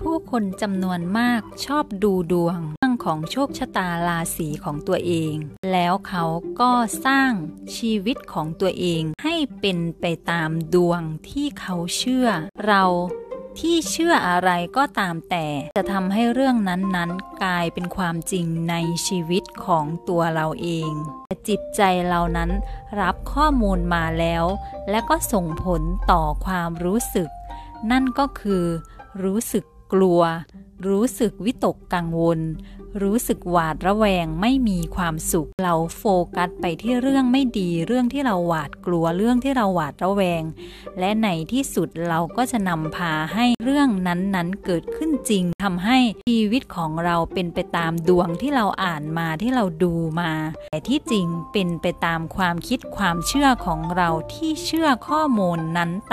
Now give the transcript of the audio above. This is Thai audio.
ผู้คนจำนวนมากชอบดูดวงเรื่องของโชคชะตาราศีของตัวเองแล้วเขาก็สร้างชีวิตของตัวเองให้เป็นไปตามดวงที่เขาเชื่อเราที่เชื่ออะไรก็ตามแต่จะทำให้เรื่องนั้นๆกลายเป็นความจริงในชีวิตของตัวเราเองแต่จิตใจเรานั้นรับข้อมูลมาแล้วและก็ส่งผลต่อความรู้สึกนั่นก็คือรู้สึกกลัวรู้สึกวิตกกังวลรู้สึกหวาดระแวงไม่มีความสุขเราโฟกัสไปที่เรื่องไม่ดีเรื่องที่เราหวาดกลัวเรื่องที่เราหวาดระแวงและในที่สุดเราก็จะนำพาให้เรื่องนั้นๆเกิดขึ้นจริงทำให้ชีวิตของเราเป็นไปตามดวงที่เราอ่านมาที่เราดูมาแต่ที่จริงเป็นไปตามความคิดความเชื่อของเราที่เชื่อข้อมูลนั้น